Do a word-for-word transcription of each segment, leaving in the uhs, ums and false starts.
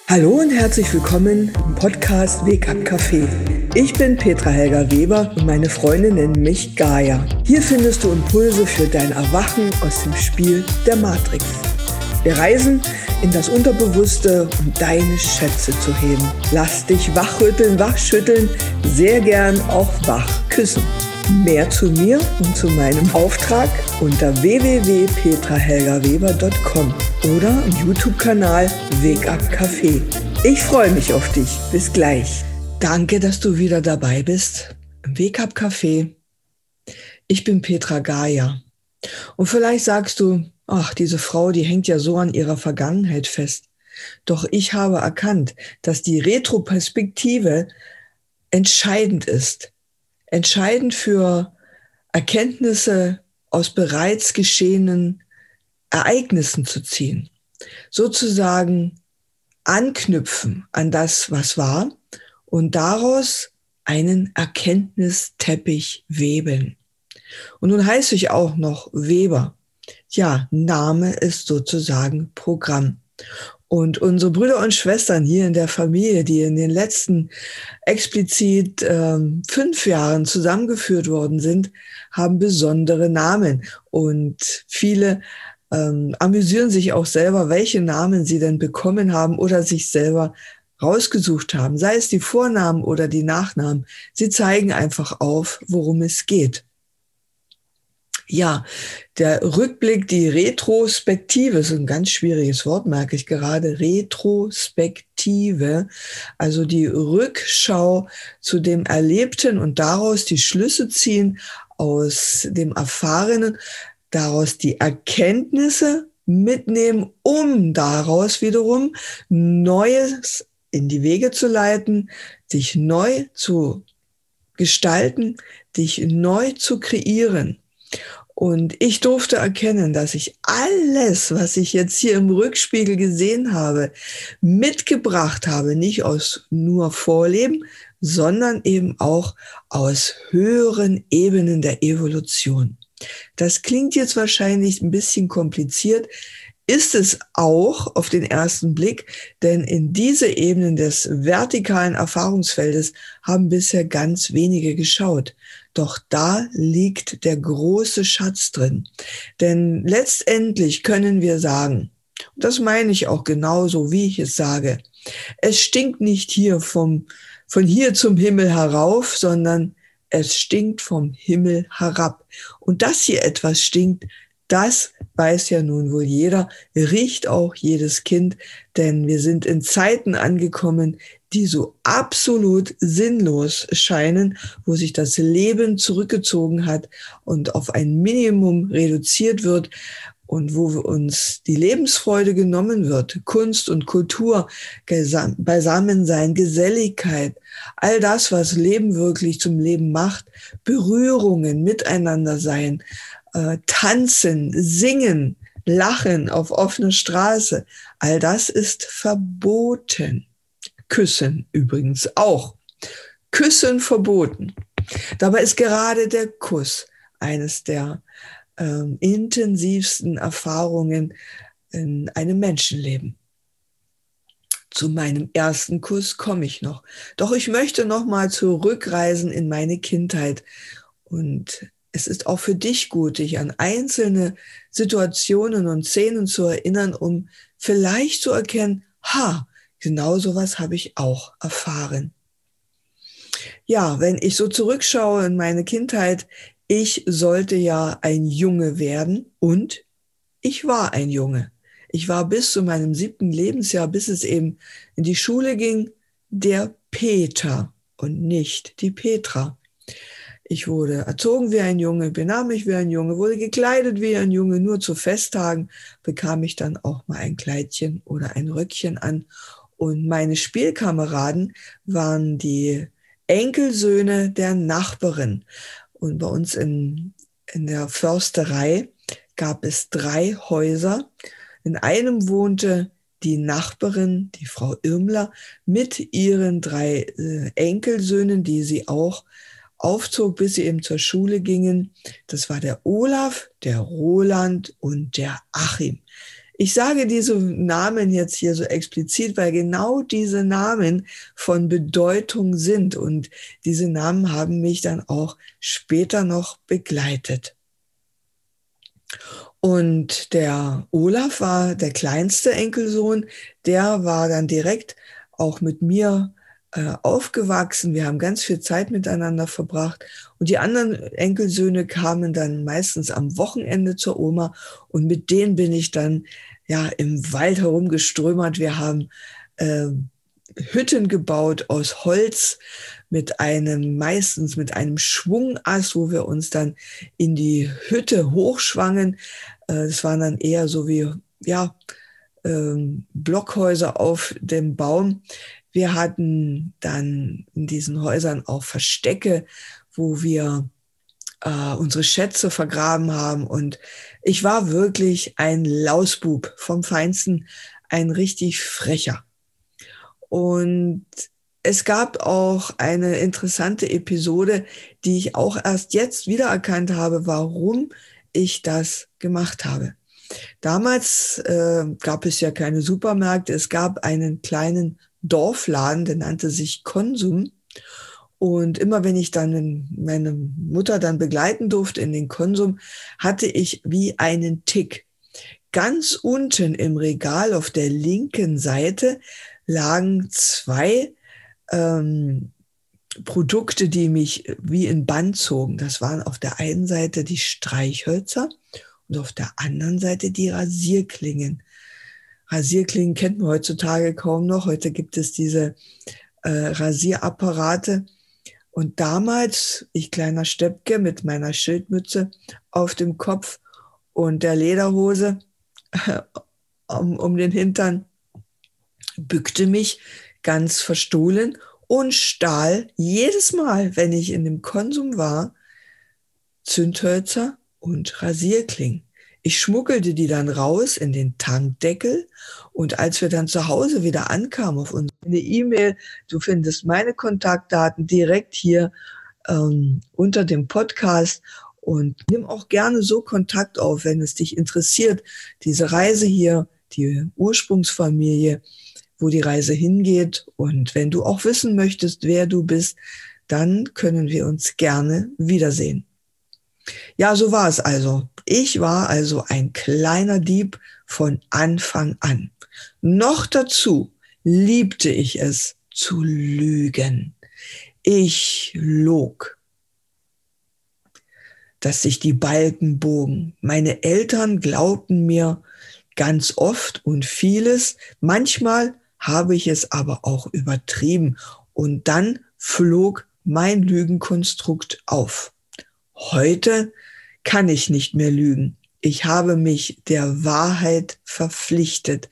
Hallo und herzlich willkommen im Podcast Wake Up Café. Ich bin Petra Helga Weber und meine Freunde nennen mich Gaia. Hier findest du Impulse für dein Erwachen aus dem Spiel der Matrix. Wir reisen in das Unterbewusste, um deine Schätze zu heben. Lass dich wachrütteln, wachschütteln, sehr gern auch wach küssen. Mehr zu mir und zu meinem Auftrag unter w w w punkt petra helga weber punkt com oder im YouTube-Kanal Wake Up Café. Ich freue mich auf dich. Bis gleich. Danke, dass du wieder dabei bist im Wake Up Café. Ich bin Petra Gaia. Und vielleicht sagst du, ach, diese Frau, die hängt ja so an ihrer Vergangenheit fest. Doch ich habe erkannt, dass die Retroperspektive entscheidend ist. Entscheidend für Erkenntnisse aus bereits geschehenen Ereignissen zu ziehen. Sozusagen anknüpfen an das, was war und daraus einen Erkenntnisteppich weben. Und nun heiße ich auch noch Weber. Ja, Name ist sozusagen Programm. Und unsere Brüder und Schwestern hier in der Familie, die in den letzten explizit ähm, fünf Jahren zusammengeführt worden sind, haben besondere Namen. Und viele ähm, amüsieren sich auch selber, welche Namen sie denn bekommen haben oder sich selber rausgesucht haben. Sei es die Vornamen oder die Nachnamen. Sie zeigen einfach auf, worum es geht. Ja, der Rückblick, die Retrospektive, ist ein ganz schwieriges Wort, merke ich gerade, Retrospektive, also die Rückschau zu dem Erlebten und daraus die Schlüsse ziehen aus dem Erfahrenen, daraus die Erkenntnisse mitnehmen, um daraus wiederum Neues in die Wege zu leiten, sich neu zu gestalten, dich neu zu kreieren. Und ich durfte erkennen, dass ich alles, was ich jetzt hier im Rückspiegel gesehen habe, mitgebracht habe, nicht aus nur Vorleben, sondern eben auch aus höheren Ebenen der Evolution. Das klingt jetzt wahrscheinlich ein bisschen kompliziert, ist es auch auf den ersten Blick, denn in diese Ebenen des vertikalen Erfahrungsfeldes haben bisher ganz wenige geschaut. Doch da liegt der große Schatz drin. Denn letztendlich können wir sagen, und das meine ich auch genauso, wie ich es sage, es stinkt nicht hier vom, von hier zum Himmel herauf, sondern es stinkt vom Himmel herab. Und dass hier etwas stinkt, das weiß ja nun wohl jeder, riecht auch jedes Kind, denn wir sind in Zeiten angekommen, die so absolut sinnlos scheinen, wo sich das Leben zurückgezogen hat und auf ein Minimum reduziert wird und wo uns die Lebensfreude genommen wird, Kunst und Kultur, Beisammensein, Geselligkeit, all das, was Leben wirklich zum Leben macht, Berührungen, Miteinander sein, äh, tanzen, singen, lachen auf offener Straße, all das ist verboten. Küssen übrigens auch. Küssen verboten. Dabei ist gerade der Kuss eines der ähm, intensivsten Erfahrungen in einem Menschenleben. Zu meinem ersten Kuss komme ich noch. Doch ich möchte noch mal zurückreisen in meine Kindheit. Und es ist auch für dich gut, dich an einzelne Situationen und Szenen zu erinnern, um vielleicht zu erkennen, ha, genau sowas habe ich auch erfahren. Ja, wenn ich so zurückschaue in meine Kindheit, ich sollte ja ein Junge werden und ich war ein Junge. Ich war bis zu meinem siebten Lebensjahr, bis es eben in die Schule ging, der Peter und nicht die Petra. Ich wurde erzogen wie ein Junge, benahm mich wie ein Junge, wurde gekleidet wie ein Junge. Nur zu Festtagen bekam ich dann auch mal ein Kleidchen oder ein Röckchen an. Und meine Spielkameraden waren die Enkelsöhne der Nachbarin. Und bei uns in, in der Försterei gab es drei Häuser. In einem wohnte die Nachbarin, die Frau Irmler, mit ihren drei äh, Enkelsöhnen, die sie auch aufzog, bis sie eben zur Schule gingen. Das war der Olaf, der Roland und der Achim. Ich sage diese Namen jetzt hier so explizit, weil genau diese Namen von Bedeutung sind und diese Namen haben mich dann auch später noch begleitet. Und der Olaf war der kleinste Enkelsohn, der war dann direkt auch mit mir äh, aufgewachsen. Wir haben ganz viel Zeit miteinander verbracht. Und die anderen Enkelsöhne kamen dann meistens am Wochenende zur Oma und mit denen bin ich dann ja im Wald herumgeströmert. Wir haben äh, Hütten gebaut aus Holz mit einem, meistens mit einem Schwungast, wo wir uns dann in die Hütte hochschwangen. Das waren dann eher so wie, ja, ähm, Blockhäuser auf dem Baum. Wir hatten dann in diesen Häusern auch Verstecke, wo wir äh, unsere Schätze vergraben haben. Und ich war wirklich ein Lausbub vom Feinsten, ein richtig frecher. Und es gab auch eine interessante Episode, die ich auch erst jetzt wiedererkannt habe, warum ich das gemacht habe. Damals äh, gab es ja keine Supermärkte, es gab einen kleinen Dorfladen, der nannte sich Konsum. Und immer wenn ich dann meine Mutter dann begleiten durfte in den Konsum, hatte ich wie einen Tick. Ganz unten im Regal auf der linken Seite lagen zwei ähm, Produkte, die mich wie in Bann zogen. Das waren auf der einen Seite die Streichhölzer und auf der anderen Seite die Rasierklingen. Rasierklingen kennt man heutzutage kaum noch. Heute gibt es diese äh, Rasierapparate. Und damals, ich kleiner Steppke mit meiner Schildmütze auf dem Kopf und der Lederhose um, um den Hintern, bückte mich ganz verstohlen und stahl jedes Mal, wenn ich in dem Konsum war, Zündhölzer und Rasierklingen. Ich schmuggelte die dann raus in den Tankdeckel und als wir dann zu Hause wieder ankamen auf unsere E-Mail, du findest meine Kontaktdaten direkt hier ähm, unter dem Podcast und nimm auch gerne so Kontakt auf, wenn es dich interessiert, diese Reise hier, die Ursprungsfamilie, wo die Reise hingeht. Und wenn du auch wissen möchtest, wer du bist, dann können wir uns gerne wiedersehen. Ja, so war es also. Ich war also ein kleiner Dieb von Anfang an. Noch dazu liebte ich es zu lügen. Ich log, dass sich die Balken bogen. Meine Eltern glaubten mir ganz oft und vieles. Manchmal habe ich es aber auch übertrieben. Und dann flog mein Lügenkonstrukt auf. Heute kann ich nicht mehr lügen. Ich habe mich der Wahrheit verpflichtet.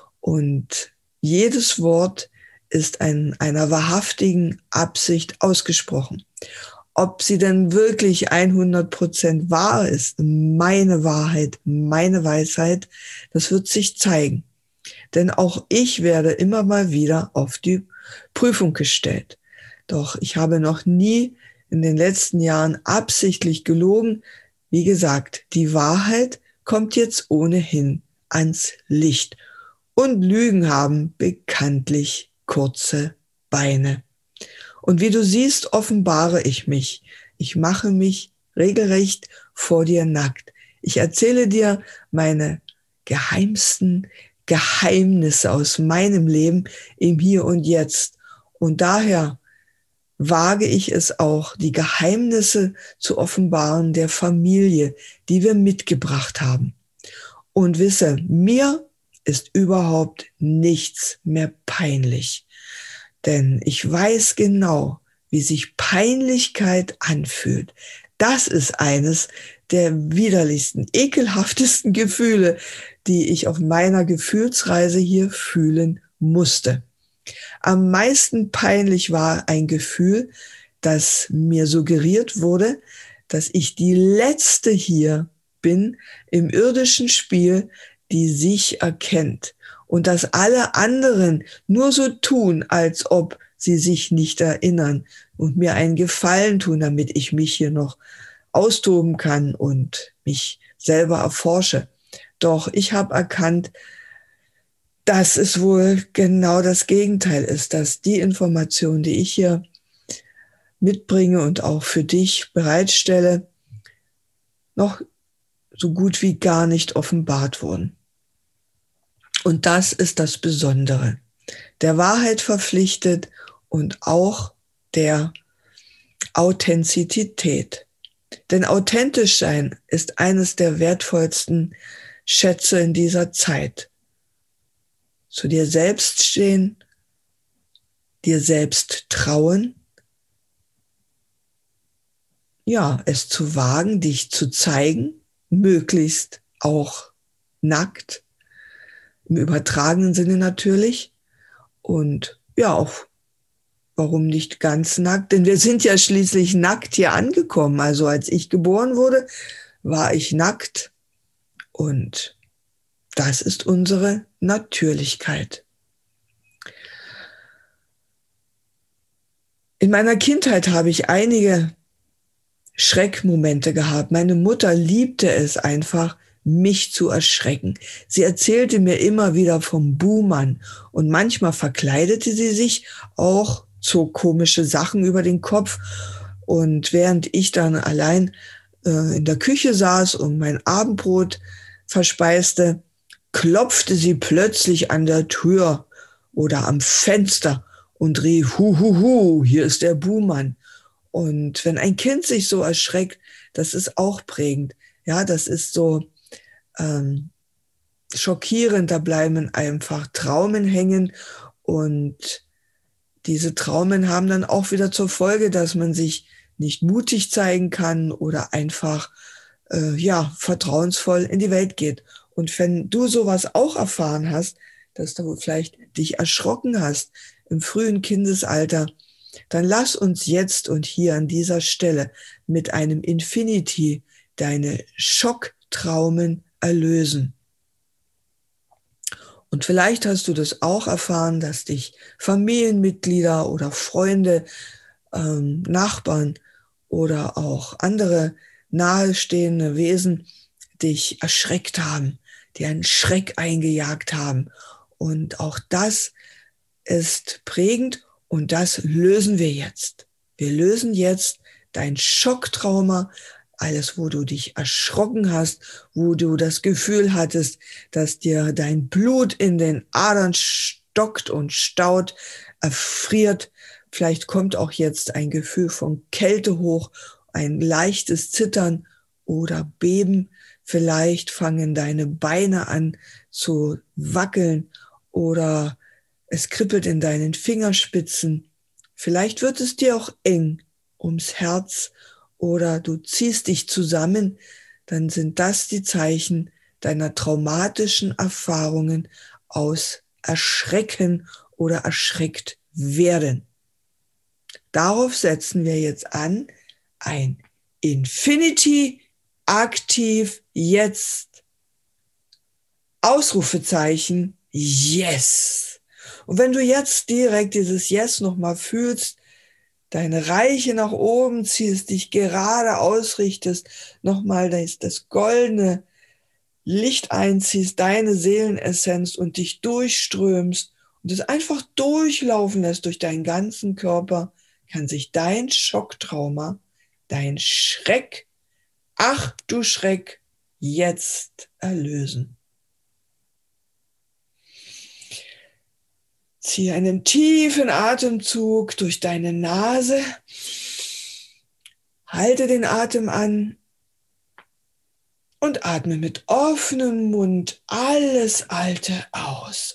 Und jedes Wort ist in einer wahrhaftigen Absicht ausgesprochen. Ob sie denn wirklich hundert Prozent wahr ist, meine Wahrheit, meine Weisheit, das wird sich zeigen. Denn auch ich werde immer mal wieder auf die Prüfung gestellt. Doch ich habe noch nie in den letzten Jahren absichtlich gelogen. Wie gesagt, die Wahrheit kommt jetzt ohnehin ans Licht. Und Lügen haben bekanntlich kurze Beine. Und wie du siehst, offenbare ich mich. Ich mache mich regelrecht vor dir nackt. Ich erzähle dir meine geheimsten Geheimnisse aus meinem Leben im Hier und Jetzt. Und daher wage ich es auch, die Geheimnisse zu offenbaren der Familie, die wir mitgebracht haben. Und wisse, mir ist überhaupt nichts mehr peinlich. Denn ich weiß genau, wie sich Peinlichkeit anfühlt. Das ist eines der widerlichsten, ekelhaftesten Gefühle, die ich auf meiner Gefühlsreise hier fühlen musste. Am meisten peinlich war ein Gefühl, dass mir suggeriert wurde, dass ich die Letzte hier bin im irdischen Spiel, die sich erkennt. Und dass alle anderen nur so tun, als ob sie sich nicht erinnern und mir einen Gefallen tun, damit ich mich hier noch austoben kann und mich selber erforsche. Doch ich habe erkannt, dass es wohl genau das Gegenteil ist, dass die Information, die ich hier mitbringe und auch für dich bereitstelle, noch so gut wie gar nicht offenbart wurden. Und das ist das Besondere. Der Wahrheit verpflichtet und auch der Authentizität. Denn authentisch sein ist eines der wertvollsten Schätze in dieser Zeit. Zu dir selbst stehen, dir selbst trauen, ja, es zu wagen, dich zu zeigen, möglichst auch nackt, im übertragenen Sinne natürlich, und ja, auch, warum nicht ganz nackt, denn wir sind ja schließlich nackt hier angekommen. Also als ich geboren wurde, war ich nackt, und das ist unsere Natürlichkeit. In meiner Kindheit habe ich einige Schreckmomente gehabt. Meine Mutter liebte es einfach, mich zu erschrecken. Sie erzählte mir immer wieder vom Buhmann, und manchmal verkleidete sie sich auch, zog komische Sachen über den Kopf, und während ich dann allein äh, in der Küche saß und mein Abendbrot verspeiste, klopfte sie plötzlich an der Tür oder am Fenster und rief, hu, hu, hu, hier ist der Buhmann. Und wenn ein Kind sich so erschreckt, das ist auch prägend. Ja, das ist so ähm, schockierend. Da bleiben einfach Traumen hängen, und diese Traumen haben dann auch wieder zur Folge, dass man sich nicht mutig zeigen kann oder einfach äh, ja vertrauensvoll in die Welt geht. Und wenn du sowas auch erfahren hast, dass du vielleicht dich erschrocken hast im frühen Kindesalter, dann lass uns jetzt und hier an dieser Stelle mit einem Infinity deine Schocktraumen erlösen. Und vielleicht hast du das auch erfahren, dass dich Familienmitglieder oder Freunde, ähm, Nachbarn oder auch andere nahestehende Wesen dich erschreckt haben, dir einen Schreck eingejagt haben. Und auch das ist prägend, und das lösen wir jetzt. Wir lösen jetzt dein Schocktrauma, alles, wo du dich erschrocken hast, wo du das Gefühl hattest, dass dir dein Blut in den Adern stockt und staut, erfriert. Vielleicht kommt auch jetzt ein Gefühl von Kälte hoch, ein leichtes Zittern oder Beben. Vielleicht fangen deine Beine an zu wackeln oder es kribbelt in deinen Fingerspitzen. Vielleicht wird es dir auch eng ums Herz oder du ziehst dich zusammen. Dann sind das die Zeichen deiner traumatischen Erfahrungen aus Erschrecken oder erschreckt werden. Darauf setzen wir jetzt an. Ein Infinity aktiv jetzt. Ausrufezeichen Yes. Und wenn du jetzt direkt dieses Yes nochmal fühlst, deine Reiche nach oben ziehst, dich gerade ausrichtest, nochmal das, das goldene Licht einziehst, deine Seelenessenz und dich durchströmst und es einfach durchlaufen lässt durch deinen ganzen Körper, kann sich dein Schocktrauma, dein Schreck, ach du Schreck, jetzt erlösen. Ziehe einen tiefen Atemzug durch deine Nase, halte den Atem an und atme mit offenem Mund alles Alte aus.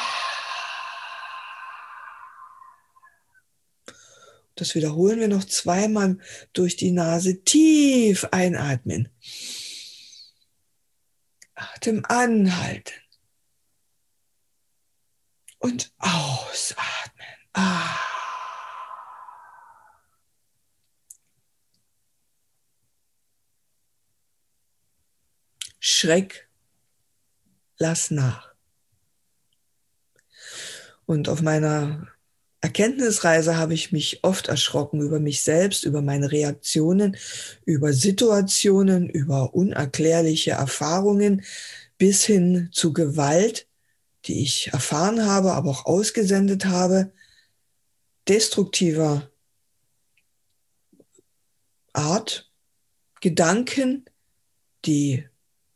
Das wiederholen wir noch zweimal durch die Nase. Tief einatmen. Atem anhalten. Und ausatmen. Ah. Schreck, lass nach. Und auf meiner Erkenntnisreise habe ich mich oft erschrocken über mich selbst, über meine Reaktionen, über Situationen, über unerklärliche Erfahrungen, bis hin zu Gewalt, die ich erfahren habe, aber auch ausgesendet habe, destruktiver Art, Gedanken, die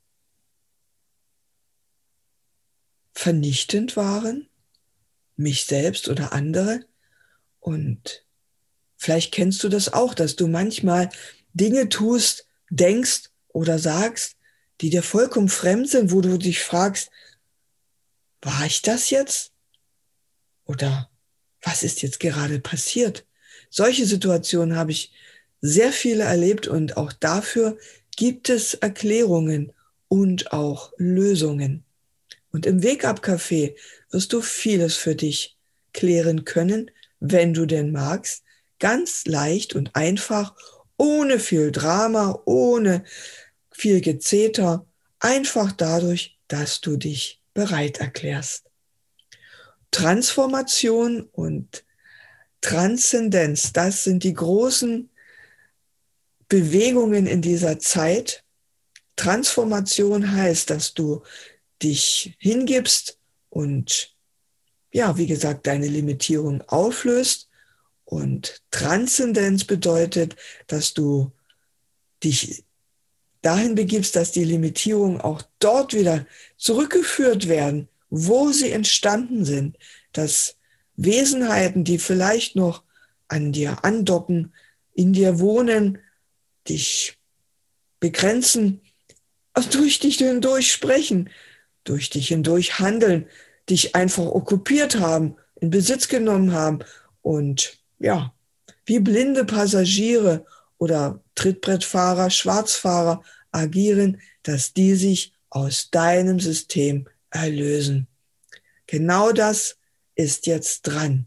vernichtend waren, mich selbst oder andere. Und vielleicht kennst du das auch, dass du manchmal Dinge tust, denkst oder sagst, die dir vollkommen fremd sind, wo du dich fragst, war ich das jetzt? Oder was ist jetzt gerade passiert? Solche Situationen habe ich sehr viele erlebt und auch dafür gibt es Erklärungen und auch Lösungen. Und im Wake-up-Café wirst du vieles für dich klären können, wenn du denn magst, ganz leicht und einfach, ohne viel Drama, ohne viel Gezeter, einfach dadurch, dass du dich bereit erklärst. Transformation und Transzendenz, das sind die großen Bewegungen in dieser Zeit. Transformation heißt, dass du dich hingibst und, ja, wie gesagt, deine Limitierung auflöst. Und Transzendenz bedeutet, dass du dich dahin begibst, dass die Limitierungen auch dort wieder zurückgeführt werden, wo sie entstanden sind. Dass Wesenheiten, die vielleicht noch an dir andocken, in dir wohnen, dich begrenzen, durch dich hindurch sprechen, durch dich hindurch handeln, dich einfach okkupiert haben, in Besitz genommen haben und ja, wie blinde Passagiere oder Trittbrettfahrer, Schwarzfahrer agieren, dass die sich aus deinem System erlösen. Genau das ist jetzt dran.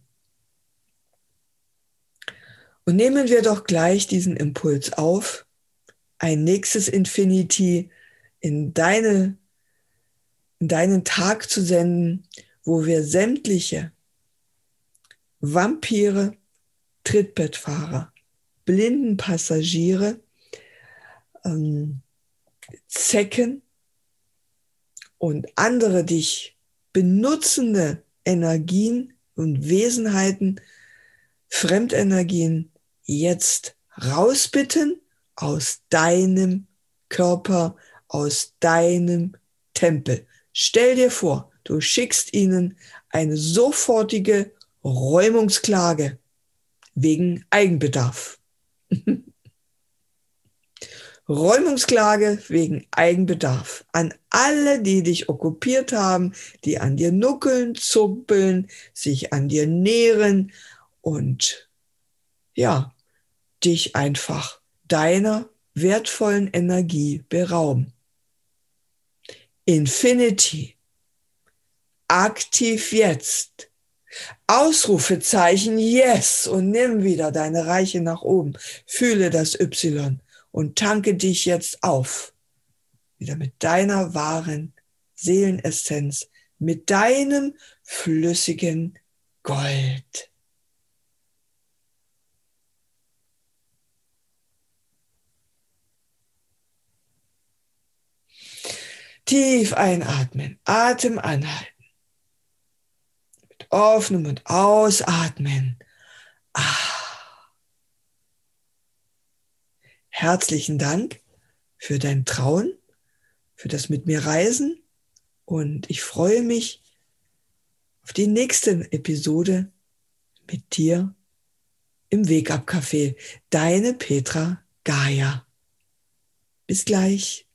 Und nehmen wir doch gleich diesen Impuls auf, ein nächstes Infinity in deine in deinen Tag zu senden, wo wir sämtliche Vampire, Trittbettfahrer, blinden Passagiere, ähm, Zecken und andere dich benutzende Energien und Wesenheiten, Fremdenergien jetzt rausbitten aus deinem Körper, aus deinem Tempel. Stell dir vor, du schickst ihnen eine sofortige Räumungsklage wegen Eigenbedarf. Räumungsklage wegen Eigenbedarf an alle, die dich okkupiert haben, die an dir nuckeln, zuppeln, sich an dir nähren und ja, dich einfach deiner wertvollen Energie berauben. Infinity. Aktiv jetzt. Ausrufezeichen Yes und nimm wieder deine Reiche nach oben. Fühle das Y und tanke dich jetzt auf. Wieder mit deiner wahren Seelenessenz, mit deinem flüssigen Gold. Tief einatmen, Atem anhalten. Mit offenem Mund ausatmen. Ah. Herzlichen Dank für dein Trauen, für das mit mir Reisen und ich freue mich auf die nächste Episode mit dir im Wake-up Café. Deine Petra Gaia. Bis gleich.